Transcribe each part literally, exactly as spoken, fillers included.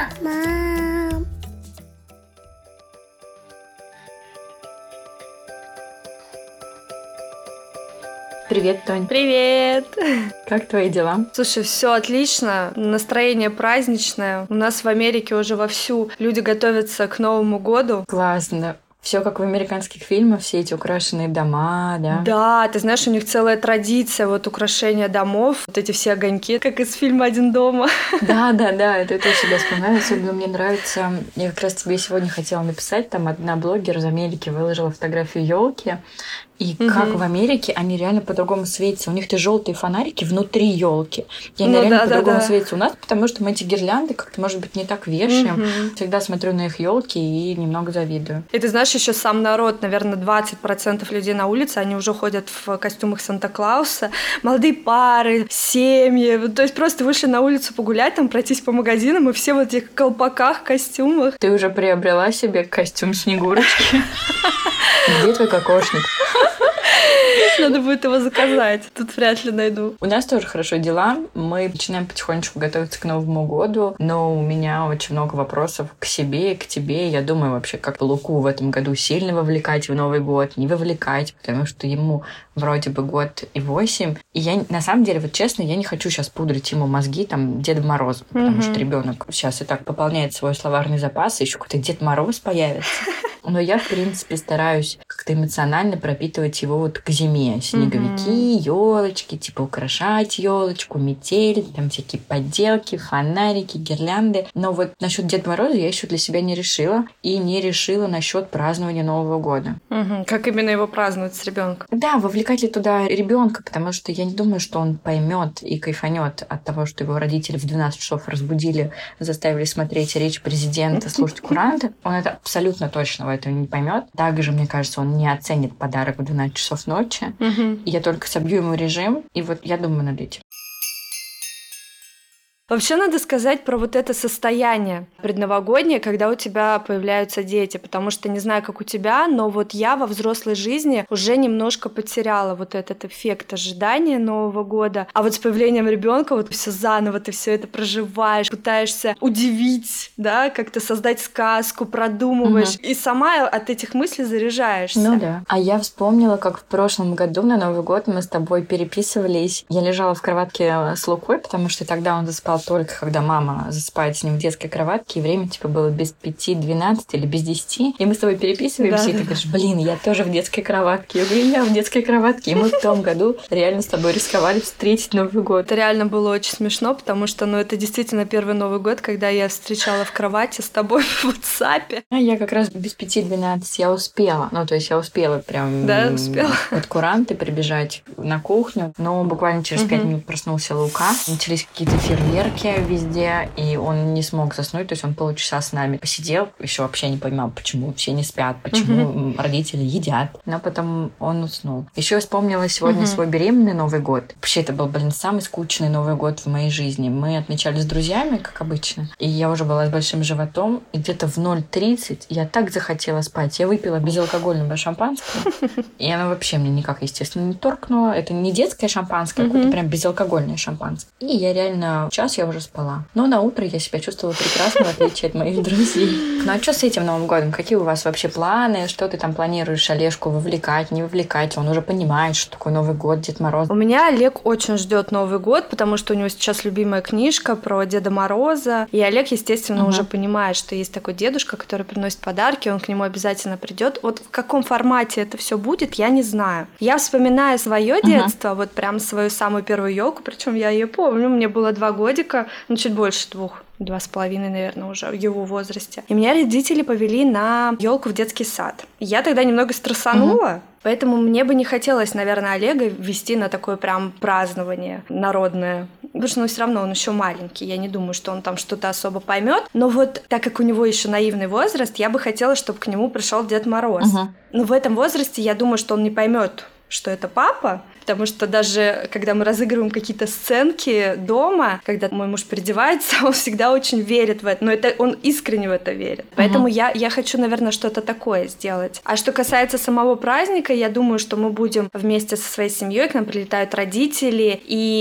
Мам. Привет, Тонь. Привет! Как твои дела? Слушай, все отлично, настроение праздничное. У нас в Америке уже вовсю люди готовятся к Новому году. Классно. Все как в американских фильмах, все эти украшенные дома, да? Да, ты знаешь, у них целая традиция вот украшения домов, вот эти все огоньки, как из фильма «Один дома». Да, да, да, это я тоже всегда вспоминаю. Особенно мне нравится, я как раз тебе сегодня хотела написать, там одна блогер из Америки выложила фотографию елки. И Мгм. как в Америке они реально по-другому светятся. У них-то желтые фонарики внутри елки. И они Ну реально да, да, по-другому да. светятся у нас, потому что мы эти гирлянды как-то, может быть, не так вешаем. Мгм. Всегда смотрю на их елки и немного завидую. И ты знаешь, еще сам народ, наверное, двадцать процентов людей на улице, они уже ходят в костюмах Санта-Клауса. Молодые пары, семьи. Вот, то есть просто вышли на улицу погулять, там пройтись по магазинам, и все в этих колпаках, костюмах. Ты уже приобрела себе костюм Снегурочки? Где твой кокошник? Надо будет его заказать. Тут вряд ли найду. У нас тоже хорошо дела. Мы начинаем потихонечку готовиться к Новому году, но у меня очень много вопросов к себе и к тебе. Я думаю вообще, как Луку в этом году сильно вовлекать в Новый год, не вовлекать, потому что ему вроде бы год и восемь. И я, на самом деле, вот честно, я не хочу сейчас пудрить ему мозги там Деда Мороза, потому Мгм. что ребенок сейчас и так пополняет свой словарный запас, и еще какой-то Дед Мороз появится. Но я, в принципе, стараюсь как-то эмоционально пропитывать его вот к зиме. Снеговики, елочки, типа украшать елочку, метель, там всякие подделки, фонарики, гирлянды. Но вот насчет Деда Мороза я еще для себя не решила. И не решила насчет празднования Нового года. Мгм. Как именно его празднуют с ребенком? Да, вовлекать ли туда ребенка, потому что я не думаю, что он поймет и кайфанет от того, что его родители в двенадцать часов разбудили, заставили смотреть речь президента, слушать куранты. Он это абсолютно точно в этом не поймет. Также, мне кажется, он не оценит подарок в двенадцать часов ночи. Мгм. И я только собью ему режим, и вот я думаю над этим. Вообще надо сказать про вот это состояние предновогоднее, когда у тебя появляются дети, потому что не знаю, как у тебя, но вот я во взрослой жизни уже немножко потеряла вот этот эффект ожидания Нового года, а вот с появлением ребенка вот все заново, ты все это проживаешь, пытаешься удивить, да, как-то создать сказку, продумываешь, Мгм. и сама от этих мыслей заряжаешься. Ну да. А я вспомнила, как в прошлом году на Новый год мы с тобой переписывались. Я лежала в кроватке с Лукой, потому что тогда он заспал только когда мама засыпает с ним в детской кроватке, и время типа было без пяти двенадцать или без десяти. И мы с тобой переписываемся, Да, и ты да. говоришь, блин, я тоже в детской кроватке. Я говорю, я в детской кроватке. И мы в том году реально с тобой рисковали встретить Новый год. Это реально было очень смешно, потому что, ну, это действительно первый Новый год, когда я встречала в кровати с тобой в WhatsApp. А я как раз без пяти двенадцать я успела. Ну, то есть я успела прям Да, успела. под куранты прибежать на кухню. Но буквально через пять Мгм. минут проснулся Лука. Начались какие-то фейерверки везде, и он не смог заснуть. То есть он полчаса с нами посидел, еще вообще не понимал, почему все не спят, почему родители едят. Но потом он уснул. Еще я вспомнила сегодня Мгм. свой беременный Новый год. Вообще, это был, блин, самый скучный Новый год в моей жизни. Мы отмечали с друзьями, как обычно. И я уже была с большим животом. И где-то в ноль тридцать я так захотела спать. Я выпила безалкогольного шампанского. И оно вообще мне никак, естественно, не торкнуло. Это не детское шампанское, а какое-то Мгм. прям безалкогольное шампанское. И я реально час я уже спала. Но на утро я себя чувствовала прекрасно, в отличие от моих друзей. Ну а что с этим Новым годом? Какие у вас вообще планы? Что ты там планируешь Олежку вовлекать, не вовлекать? Он уже понимает, что такое Новый год, Дед Мороз. У меня Олег очень ждет Новый год, потому что у него сейчас любимая книжка про Деда Мороза. И Олег, естественно, Мгм. уже понимает, что есть такой дедушка, который приносит подарки, он к нему обязательно придет. Вот в каком формате это все будет, я не знаю. Я вспоминаю свое Мгм. детство, вот прям свою самую первую елку, причем я ее помню, мне было два годика, ну чуть больше двух. Два с половиной, наверное, уже в его возрасте. И меня родители повели на елку в детский сад. Я тогда немного стрессанула, поэтому мне бы не хотелось, наверное, Олега вести на такое прям празднование народное. Потому что, ну, все равно он еще маленький. Я не думаю, что он там что-то особо поймет. Но вот так как у него еще наивный возраст, я бы хотела, чтобы к нему пришел Дед Мороз. Мгм. Но в этом возрасте я думаю, что он не поймет, что это папа, потому что даже когда мы разыгрываем какие-то сценки дома, когда мой муж переодевается, он всегда очень верит в это, но это он искренне в это верит. Поэтому Мгм. я, я хочу, наверное, что-то такое сделать. А что касается самого праздника, я думаю, что мы будем вместе со своей семьей, к нам прилетают родители, и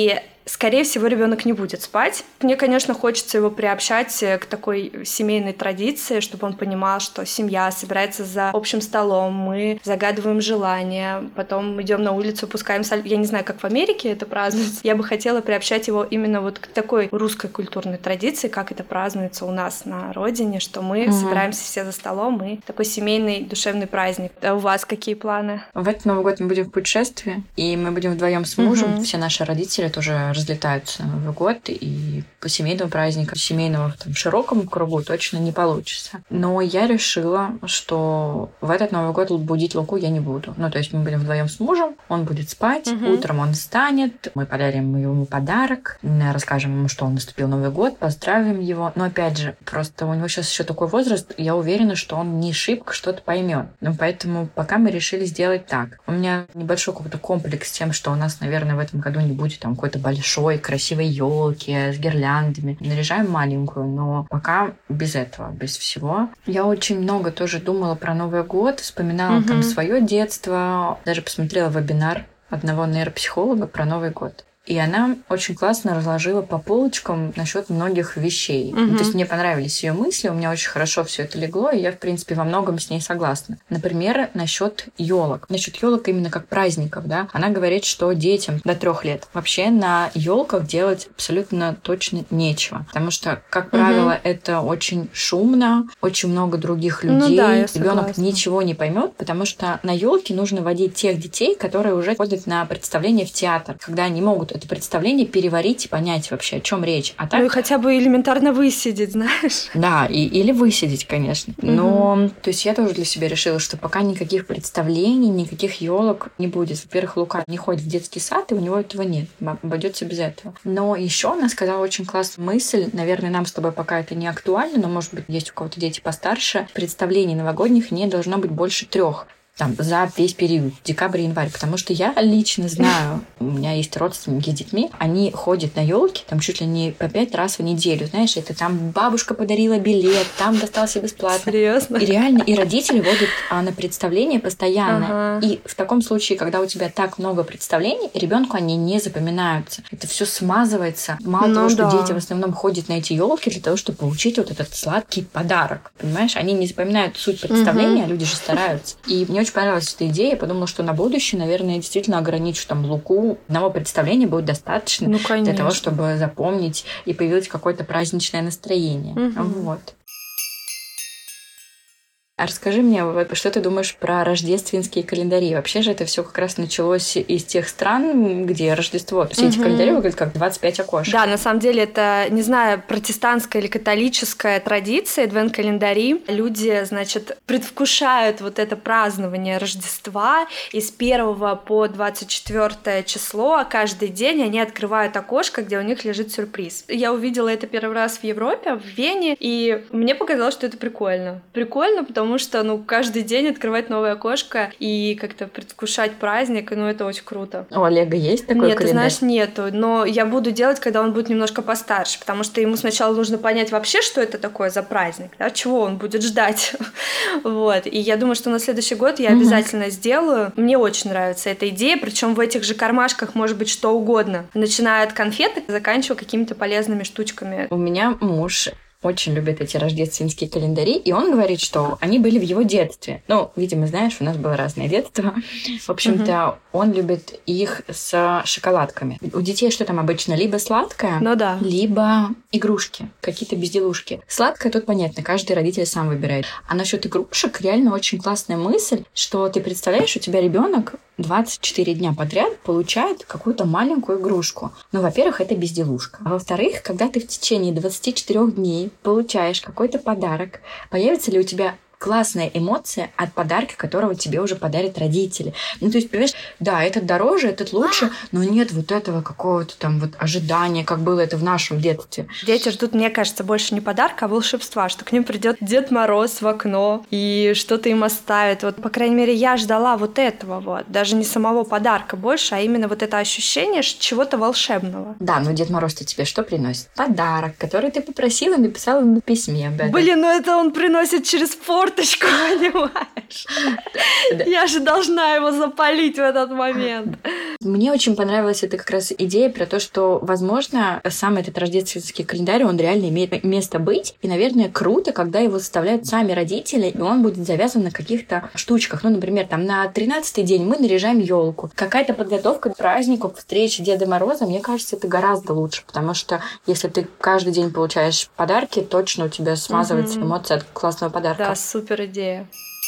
скорее всего, ребенок не будет спать. Мне, конечно, хочется его приобщать к такой семейной традиции, чтобы он понимал, что семья собирается за общим столом, мы загадываем желания, потом идем на улицу, пускаем салют. Я не знаю, как в Америке это празднуется. Я бы хотела приобщать его именно вот к такой русской культурной традиции, как это празднуется у нас на родине, что мы mm-hmm. собираемся все за столом, и такой семейный душевный праздник. А у вас какие планы? В этот Новый год мы будем в путешествии, и мы будем вдвоем с мужем. Mm-hmm. Все наши родители тоже разлетаются на Новый год, и по семейному празднику, семейного в там, широком кругу точно не получится. Но я решила, что в этот Новый год будить Луку я не буду. Ну, то есть мы будем вдвоем с мужем, он будет спать, mm-hmm. утром он встанет, мы подарим ему подарок, расскажем ему, что он наступил Новый год, поздравим его. Но опять же, просто у него сейчас еще такой возраст, я уверена, что он не шибко что-то поймет. Ну, поэтому пока мы решили сделать так. У меня небольшой какой-то комплекс с тем, что у нас, наверное, в этом году не будет там какой-то большой, красивой елки с гирляндами. Наряжаем маленькую, но пока без этого, без всего. Я очень много тоже думала про Новый год, вспоминала mm-hmm. там свое детство, даже посмотрела вебинар одного нейропсихолога про Новый год. И она очень классно разложила по полочкам насчет многих вещей. Mm-hmm. Ну, то есть мне понравились ее мысли, у меня очень хорошо все это легло, и я, в принципе, во многом с ней согласна. Например, насчет елок. Насчет елок именно как праздников, да. Она говорит, что детям до трех лет вообще на елках делать абсолютно точно нечего. Потому что, как правило, mm-hmm. это очень шумно, очень много других людей. Ну, да, ребенок ничего не поймет, потому что на елке нужно водить тех детей, которые уже ходят на представление в театр, когда они могут это представление переварить и понять вообще, о чем речь. А так... Ну и хотя бы элементарно высидеть, знаешь. Да, и, или высидеть, конечно. Но, угу. то есть я тоже для себя решила, что пока никаких представлений, никаких елок не будет. Во-первых, Лука не ходит в детский сад, и у него этого нет. Обойдется без этого. Но еще она сказала очень классную мысль. Наверное, нам с тобой пока это не актуально, но, может быть, есть у кого-то дети постарше. Представлений новогодних не должно быть больше трех. Там, за весь период, декабрь, январь. Потому что я лично знаю, у меня есть родственники с детьми, они ходят на елки там чуть ли не по пять раз в неделю. Знаешь, это там бабушка подарила билет, там достался бесплатно. Серьезно? И реально, и родители водят а, на представления постоянно. Ага. И в таком случае, когда у тебя так много представлений, ребенку они не запоминаются. Это все смазывается. Мало ну, того, что да. дети в основном ходят на эти елки для того, чтобы получить вот этот сладкий подарок. Понимаешь? Они не запоминают суть представления, угу. люди же стараются. И мне очень понравилась эта идея. Я подумала, что на будущее, наверное, я действительно ограничу там Луку. Одного представления будет достаточно ну, для того, чтобы запомнить и появилось какое-то праздничное настроение. Угу. Вот. А расскажи мне, что ты думаешь про рождественские календари? Вообще же это все как раз началось из тех стран, где Рождество. То есть угу. эти календари выглядят как двадцать пять окошек. Да, на самом деле это, не знаю, протестантская или католическая традиция, адвент-календари. Люди, значит, предвкушают вот это празднование Рождества, и с первого по двадцать четвёртое число каждый день они открывают окошко, где у них лежит сюрприз. Я увидела это первый раз в Европе, в Вене, и мне показалось, что это прикольно. Прикольно, потому Потому что, ну, каждый день открывать новое окошко и как-то предвкушать праздник, ну, это очень круто. У Олега есть такой Нет, календарь? ты знаешь, нету. Но я буду делать, когда он будет немножко постарше, потому что ему сначала нужно понять вообще, что это такое за праздник, да, чего он будет ждать. Вот. И я думаю, что на следующий год я обязательно сделаю. Мне очень нравится эта идея, причем в этих же кармашках может быть что угодно. Начиная от конфеток, заканчивая какими-то полезными штучками. У меня муж очень любит эти рождественские календари, и он говорит, что они были в его детстве. Ну, видимо, знаешь, у нас было разное детство. В общем-то, mm-hmm. он любит их с шоколадками. У детей что там обычно? Либо сладкое, ну, да. либо игрушки, какие-то безделушки. Сладкое тут понятно, каждый родитель сам выбирает. А насчет игрушек реально очень классная мысль, что ты представляешь, у тебя ребенок двадцать четыре дня подряд получает какую-то маленькую игрушку. Ну, во-первых, это безделушка. А во-вторых, когда ты в течение двадцати четырёх дней получаешь какой-то подарок, появится ли у тебя классная эмоция от подарка, которого тебе уже подарят родители. Ну, то есть, понимаешь, да, этот дороже, этот лучше, но нет вот этого какого-то там вот ожидания, как было это в нашем детстве. Дети ждут, мне кажется, больше не подарка, а волшебства, что к ним придет Дед Мороз в окно и что-то им оставит. Вот, по крайней мере, я ждала вот этого вот, даже не самого подарка больше, а именно вот это ощущение чего-то волшебного. Да, но Дед Мороз-то тебе что приносит? Подарок, который ты попросила, написала на письме об этом. Блин, ну это он приносит через почту. форточку, понимаешь? Я же должна его запалить в этот момент. Мне очень понравилась эта как раз идея про то, что, возможно, сам этот рождественский календарь, он реально имеет место быть. И, наверное, круто, когда его составляют сами родители, и он будет завязан на каких-то штучках. Ну, например, там на тринадцатый день мы наряжаем елку. Какая-то подготовка к празднику, к встрече Деда Мороза, мне кажется, это гораздо лучше, потому что если ты каждый день получаешь подарки, точно у тебя смазывается угу. эмоция от классного подарка. Да, супер идея.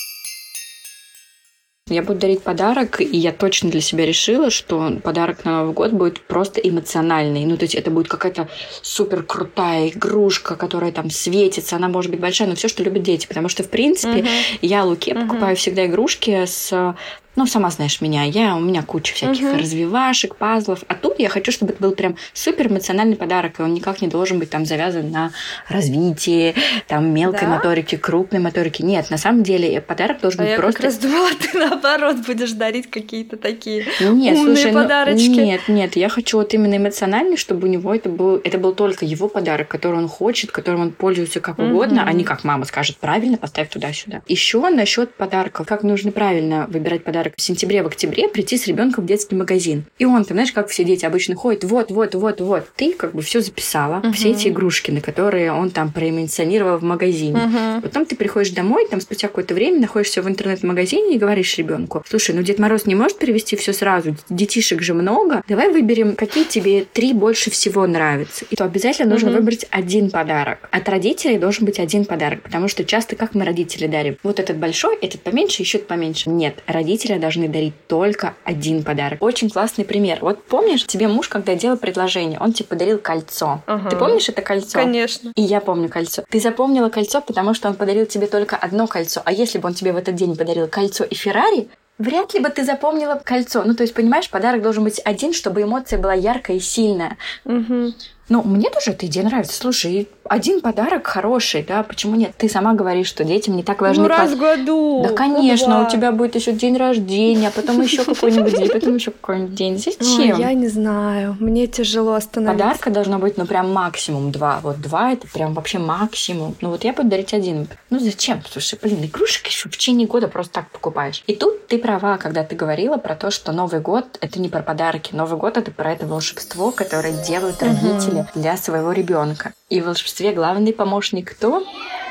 Я буду дарить подарок, и я точно для себя решила, что подарок на Новый год будет просто эмоциональный. Ну, то есть это будет какая-то супер крутая игрушка, которая там светится, она может быть большая, но все, что любят дети. Потому что, в принципе, uh-huh. я Луке uh-huh. покупаю всегда игрушки с... Ну, сама знаешь меня, я, у меня куча всяких uh-huh. развивашек, пазлов. А тут я хочу, чтобы это был прям супер эмоциональный подарок, и он никак не должен быть там завязан на развитии, там, мелкой да? моторики, крупной моторики. Нет, на самом деле подарок должен а быть я просто... я как раз думала, ты наоборот будешь дарить какие-то такие ну, нет, умные слушай, подарочки. Ну, нет, нет, я хочу вот именно эмоциональный, чтобы у него это был, это был только его подарок, который он хочет, которым он пользуется как uh-huh. угодно, а не как мама скажет, правильно, поставь туда-сюда. Еще насчет подарков. Как нужно правильно выбирать подарок в сентябре, в октябре прийти с ребенком в детский магазин. И он там, знаешь, как все дети обычно ходят, вот, вот, вот, вот. Ты как бы все записала, uh-huh. все эти игрушки, на которые он там проэмоционировал в магазине. Uh-huh. Потом ты приходишь домой, там спустя какое-то время находишься в интернет-магазине и говоришь ребенку: слушай, ну Дед Мороз не может привезти все сразу, детишек же много, давай выберем, какие тебе три больше всего нравятся. И то обязательно нужно uh-huh. выбрать один подарок. От родителей должен быть один подарок, потому что часто как мы родители дарим? Вот этот большой, этот поменьше, еще этот поменьше. Нет, родители должны дарить только один подарок. Очень классный пример. Вот помнишь, тебе муж, когда делал предложение, он тебе подарил кольцо. Ага. Ты помнишь это кольцо? Конечно. И я помню кольцо. Ты запомнила кольцо, потому что он подарил тебе только одно кольцо. А если бы он тебе в этот день подарил кольцо и Феррари, вряд ли бы ты запомнила кольцо. Ну, то есть, понимаешь, подарок должен быть один, чтобы эмоция была яркая и сильная. Угу. Ну, мне тоже эта идея нравится. Слушай, один подарок хороший, да, почему нет? Ты сама говоришь, что детям не так важны... Ну, раз в году. Да, конечно, ну, у тебя будет еще день рождения, а потом еще какой-нибудь день, потом еще какой-нибудь день. Зачем? Ой, я не знаю, мне тяжело остановиться. Подарка должно быть, ну, прям максимум два. Вот два — это прям вообще максимум. Ну, вот я буду дарить один. Ну, зачем? Слушай, блин, игрушек еще в течение года просто так покупаешь. И тут ты права, когда ты говорила про то, что Новый год — это не про подарки. Новый год — это про это волшебство, которое делают родители для своего ребенка. И в волшебстве главный помощник кто?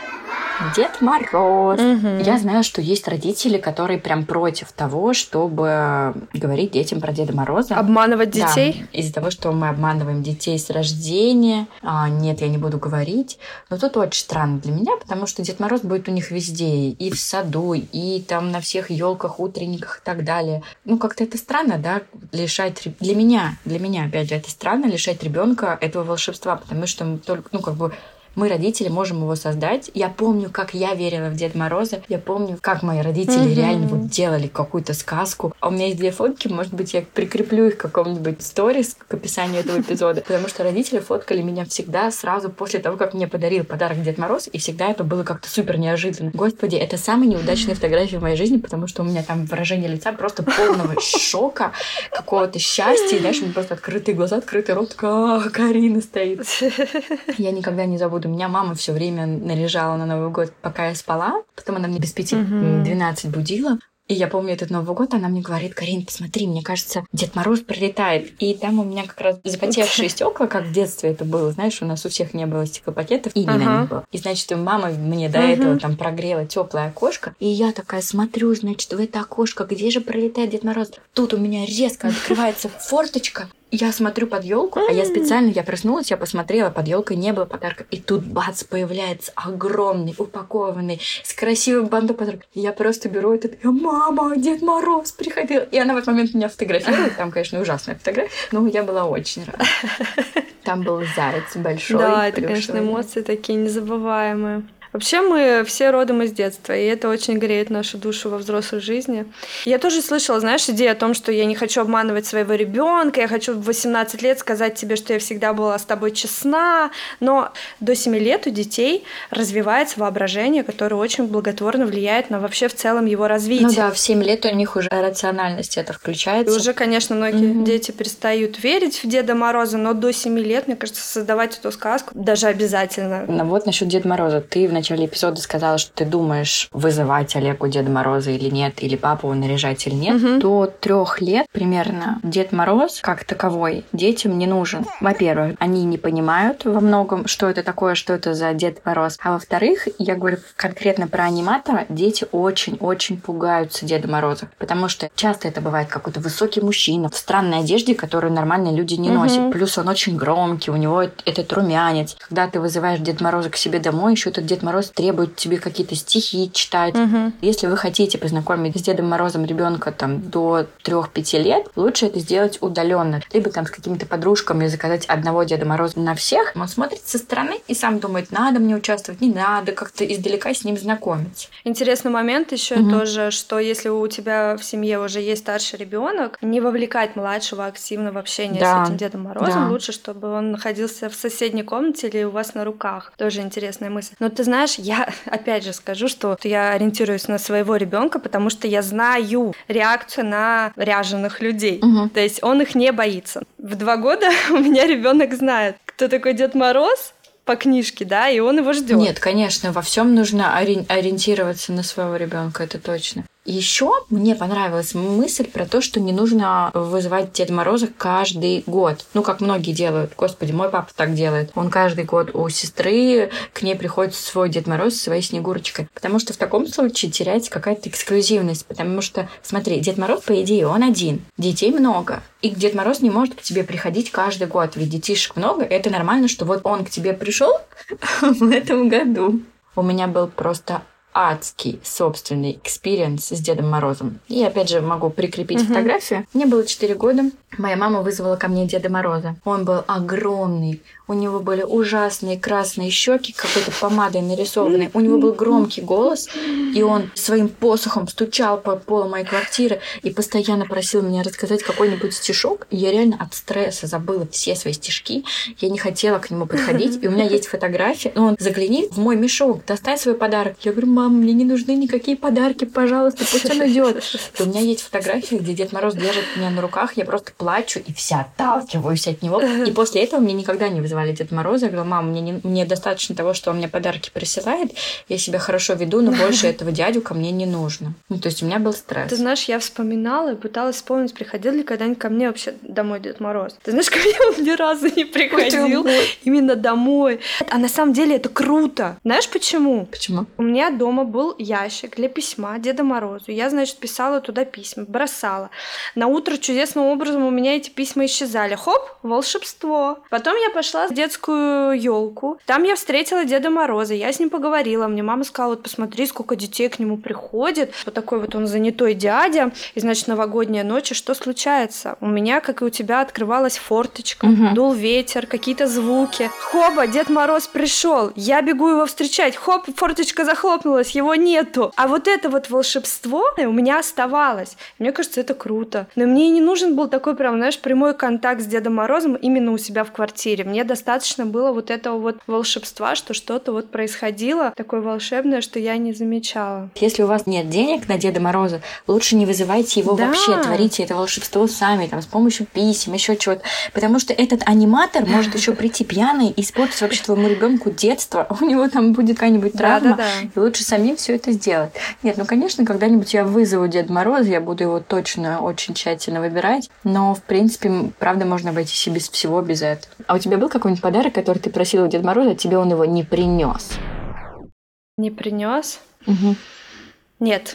Дед Мороз. Угу. Я знаю, что есть родители, которые прям против того, чтобы говорить детям про Деда Мороза. Обманывать детей? Да, из-за того, что мы обманываем детей с рождения. А, нет, я не буду говорить. Но тут очень странно для меня, потому что Дед Мороз будет у них везде. И в саду, и там на всех елках, утренниках и так далее. Ну, как-то это странно, да, лишать... Для меня, для меня, опять же, это странно лишать ребенка этого волшебства, потому что мы только, ну, как бы... Мы, родители, можем его создать. Я помню, как я верила в Деда Мороза. Я помню, как мои родители mm-hmm. реально вот делали какую-то сказку. А у меня есть две фотки. Может быть, я прикреплю их к какому-нибудь сторис к описанию этого эпизода. Потому что родители фоткали меня всегда сразу после того, как мне подарил подарок Дед Мороз. И всегда это было как-то супер неожиданно. Господи, это самые неудачные фотографии в моей жизни, потому что у меня там выражение лица просто полного шока, какого-то счастья. И, знаешь, у меня просто открытые глаза, открытый рот. Такая: Карина стоит. Я никогда не забуду. Меня мама все время наряжала на Новый год, пока я спала. Потом она мне без пяти двенадцать будила. И я помню этот Новый год, она мне говорит: Карин, посмотри, мне кажется, Дед Мороз прилетает. И там у меня как раз запотевшие стекла, как в детстве это было. Знаешь, у нас у всех не было стеклопакетов, и ага. на них было. И, значит, мама мне до uh-huh. этого там прогрела теплое окошко. И я такая смотрю, значит, в это окошко, где же прилетает Дед Мороз? Тут у меня резко открывается форточка. Я смотрю под елку, а я специально, я проснулась, я посмотрела, под елкой не было подарка. И тут, бац, появляется огромный, упакованный, с красивым бантом подарок. И я просто беру этот: мама, Дед Мороз приходил. И она в этот момент меня фотографирует. Там, конечно, ужасная фотография, но я была очень рада. Там был заяц большой. Да, это, конечно, эмоции такие незабываемые. Вообще мы все родом из детства, и это очень греет нашу душу во взрослой жизни. Я тоже слышала, знаешь, идею о том, что я не хочу обманывать своего ребенка, я хочу в восемнадцать лет сказать тебе, что я всегда была с тобой честна, но до семи лет у детей развивается воображение, которое очень благотворно влияет на вообще в целом его развитие. Ну да, в семь лет у них уже рациональность это включается. И уже, конечно, многие mm-hmm. дети перестают верить в Деда Мороза, но до семи лет, мне кажется, создавать эту сказку даже обязательно. Ну вот насчет Деда Мороза. Ты в начале эпизода сказала, что ты думаешь, вызывать Олегу Деда Мороза или нет, или папу наряжать или нет, угу. До трех лет примерно Дед Мороз как таковой детям не нужен. Во-первых, они не понимают во многом, что это такое, что это за Дед Мороз. А во-вторых, я говорю конкретно про аниматора, дети очень-очень пугаются Деда Мороза, потому что часто это бывает какой-то высокий мужчина в странной одежде, которую нормальные люди не угу. носят. Плюс он очень громкий, у него этот румянец. Когда ты вызываешь Деда Мороза к себе домой, еще этот Дед Мороз требует тебе какие-то стихи читать. Угу. Если вы хотите познакомить с Дедом Морозом ребенка там до трех-пяти лет, лучше это сделать удаленно. Либо там с какими-то подружками заказать одного Деда Мороза на всех. Он смотрит со стороны и сам думает, надо мне участвовать, не надо, как-то издалека с ним знакомиться. Интересный момент еще угу. тоже, что если у тебя в семье уже есть старший ребенок, не вовлекать младшего активно в общение да. с этим Дедом Морозом, да. лучше, чтобы он находился в соседней комнате или у вас на руках. Тоже интересная мысль. Но ты знаешь, я опять же скажу, что я ориентируюсь на своего ребенка, потому что я знаю реакцию на ряженых людей. Угу. То есть он их не боится. В два года у меня ребенок знает, кто такой Дед Мороз по книжке, да, и он его ждет. Нет, конечно, во всем нужно ори- ориентироваться на своего ребенка, это точно. Еще мне понравилась мысль про то, что не нужно вызывать Деда Мороза каждый год. Ну, как многие делают. Господи, мой папа так делает. Он каждый год у сестры, к ней приходит свой Дед Мороз со своей Снегурочкой. Потому что в таком случае теряется какая-то эксклюзивность. Потому что, смотри, Дед Мороз, по идее, он один. Детей много. И Дед Мороз не может к тебе приходить каждый год. Ведь детишек много. И это нормально, что вот он к тебе пришел в этом году. У меня был просто адский собственный экспириенс с Дедом Морозом. И опять же могу прикрепить uh-huh. фотографию. Мне было четыре года. Моя мама вызвала ко мне Деда Мороза. Он был огромный. У него были ужасные красные щеки, какой-то помадой нарисованной. У него был громкий голос. И он своим посохом стучал по полу моей квартиры и постоянно просил меня рассказать какой-нибудь стишок. И я реально от стресса забыла все свои стишки. Я не хотела к нему подходить. И у меня есть фотография. Он: загляни в мой мешок, достань свой подарок. Я говорю: мама, мне не нужны никакие подарки, пожалуйста, пусть он идет. И у меня есть фотография, где Дед Мороз держит меня на руках, я просто плачу и вся отталкиваюсь от него. И после этого мне никогда не вызывали Деда Мороза. Я говорю: мама, мне, не, мне достаточно того, что он мне подарки присылает, я себя хорошо веду, но больше этого дядю ко мне не нужно. Ну, то есть у меня был стресс. Ты знаешь, я вспоминала и пыталась вспомнить, приходил ли когда-нибудь ко мне вообще домой Дед Мороз. Ты знаешь, ко мне он ни разу не приходил. Именно домой. А на самом деле это круто. Знаешь почему? Почему? У меня дома был ящик для письма Деда Морозу. Я, значит, писала туда письма, бросала. На утро чудесным образом у меня эти письма исчезали. Хоп, волшебство. Потом я пошла в детскую елку. Там я встретила Деда Мороза. Я с ним поговорила. Мне мама сказала: вот посмотри, сколько детей к нему приходит. Вот такой вот он занятой дядя. И, значит, новогодняя ночь. И что случается? У меня, как и у тебя, открывалась форточка. Угу. Дул ветер, какие-то звуки. Хоба, Дед Мороз пришел. Я бегу его встречать. Хоп, форточка захлопнулась. Его нету. А вот это вот волшебство у меня оставалось. Мне кажется, это круто. Но мне и не нужен был такой прям, знаешь, прямой контакт с Дедом Морозом именно у себя в квартире. Мне достаточно было вот этого вот волшебства, что что-то вот происходило такое волшебное, что я не замечала. Если у вас нет денег на Деда Мороза, лучше не вызывайте его да. вообще. Творите это волшебство сами, там, с помощью писем, еще чего-то. Потому что этот аниматор может еще прийти пьяный и испортить вообще твоему ребенку детство. У него там будет какая-нибудь травма. Да, да, да. И лучше самим все это сделать. Нет, ну, конечно, когда-нибудь я вызову Деда Мороза, я буду его точно очень тщательно выбирать, но, в принципе, правда, можно обойтись и без всего, без этого. А у тебя был какой-нибудь подарок, который ты просила у Деда Мороза, а тебе он его не принес? Не принес? Угу. Нет.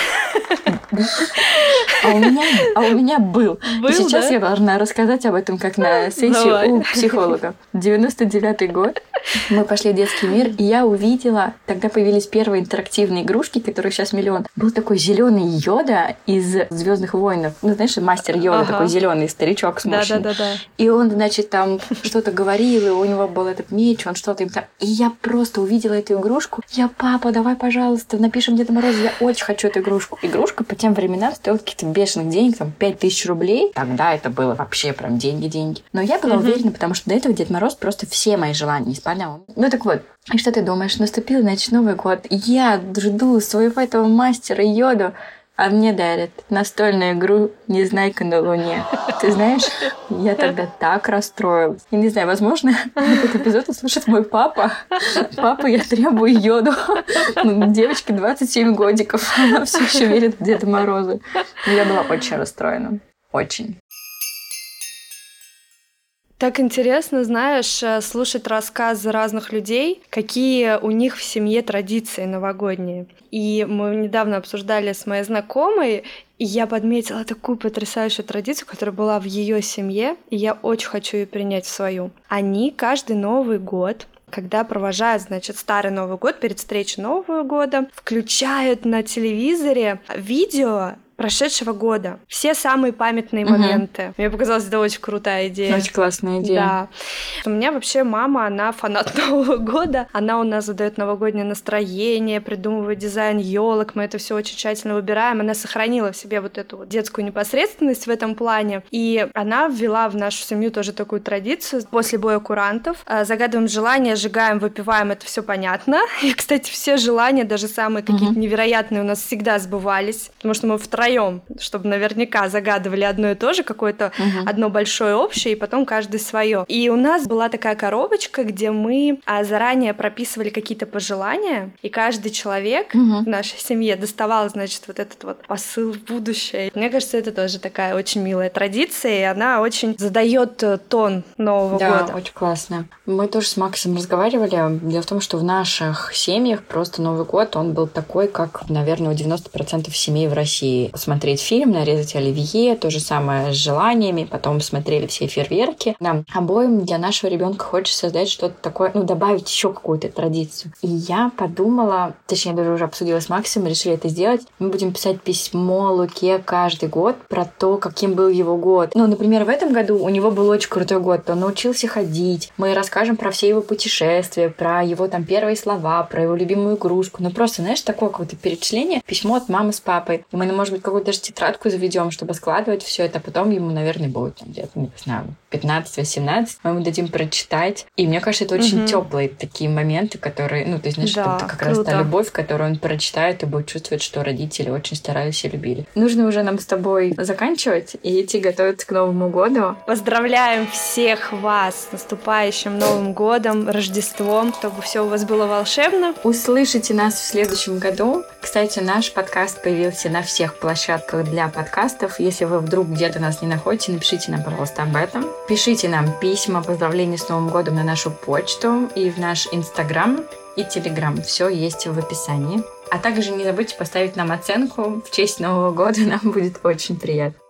А у меня, а у меня был. был И сейчас да? я должна рассказать об этом как на сессии Давай. у психолога. девяносто девятый год. Мы пошли в детский мир, и я увидела, тогда появились первые интерактивные игрушки, которых сейчас миллион. Был такой зеленый Йода из Звездных войнов. Ну, знаешь, мастер Йода, ага. такой зеленый старичок сморщенный. Да, да, да, да. И он, значит, там что-то говорил, и у него был этот меч, он что-то им там. И я просто увидела эту игрушку. Я: папа, давай, пожалуйста, напишем Деда Мороза, я очень хочу эту игрушку. Игрушка по тем временам стоила каких-то бешеных денег, там, пять тысяч рублей. Тогда это было вообще прям деньги-деньги. Но я была угу. уверена, потому что до этого Дед Мороз просто все мои желания исполнял. Ну так вот, и что ты думаешь? Наступил, значит, Новый год. Я жду своего этого мастера Йоду. А мне дарят настольную игру «Незнайка на Луне». Ты знаешь, я тогда так расстроилась. Я не знаю, возможно, этот эпизод услышит мой папа. Папа, я требую йоду. Ну, девочке двадцать семь годиков. Она все еще верит в Деда Мороза. Но я была очень расстроена. Очень. Так интересно, знаешь, слушать рассказы разных людей, какие у них в семье традиции новогодние. И мы недавно обсуждали с моей знакомой, и я подметила такую потрясающую традицию, которая была в ее семье, и я очень хочу ее принять в свою. Они каждый Новый год, когда провожают, значит, старый Новый год перед встречей Нового года, включают на телевизоре видео прошедшего года. Все самые памятные угу. моменты. Мне показалось, это очень крутая идея. Очень классная идея. Да. У меня вообще мама, она фанат Нового года. Она у нас задает новогоднее настроение, придумывает дизайн елок. Мы это все очень тщательно выбираем. Она сохранила в себе вот эту вот детскую непосредственность в этом плане. И она ввела в нашу семью тоже такую традицию. После боя курантов загадываем желания, сжигаем, выпиваем. Это все понятно. И, кстати, все желания, даже самые какие-то угу. невероятные, у нас всегда сбывались. Потому что мы втроем чтобы наверняка загадывали одно и то же, какое-то uh-huh. одно большое общее, и потом каждый свое. И у нас была такая коробочка, где мы а, заранее прописывали какие-то пожелания, и каждый человек uh-huh. в нашей семье доставал, значит, вот этот вот посыл в будущее. Мне кажется, это тоже такая очень милая традиция, и она очень задает тон Нового да, года. Да, очень классно. Мы тоже с Максом разговаривали. Дело в том, что в наших семьях просто Новый год, он был такой, как, наверное, у девяносто процентов семей в России. Смотреть фильм, нарезать оливье, то же самое с желаниями, потом смотрели все фейерверки. Нам обоим для нашего ребенка хочется создать что-то такое, ну, добавить еще какую-то традицию. И я подумала, точнее, даже уже обсудила с Максом, решили это сделать. Мы будем писать письмо Луке каждый год про то, каким был его год. Ну, например, в этом году у него был очень крутой год, он научился ходить. Мы расскажем про все его путешествия, про его там первые слова, про его любимую игрушку. Ну, просто, знаешь, такое какое-то перечисление, письмо от мамы с папой. И мы, может быть, какую-то даже тетрадку заведем, чтобы складывать все это. Потом ему, наверное, будет там где-то, не знаю, пятнадцать-восемнадцать. Мы ему дадим прочитать. И мне кажется, это очень угу. теплые такие моменты, которые, ну, то есть, знаешь, да, это как круто. Раз та любовь, которую он прочитает и будет чувствовать, что родители очень старались и любили. Нужно уже нам с тобой заканчивать и идти готовиться к Новому году. Поздравляем всех вас с наступающим Новым годом, Рождеством, чтобы все у вас было волшебно. Услышите нас в следующем году. Кстати, наш подкаст появился на всех площадках для подкастов. Если вы вдруг где-то нас не находите, напишите нам, пожалуйста, об этом. Пишите нам письма, поздравления с Новым годом на нашу почту и в наш Инстаграм и Телеграм. Все есть в описании. А также не забудьте поставить нам оценку в честь Нового года. Нам будет очень приятно.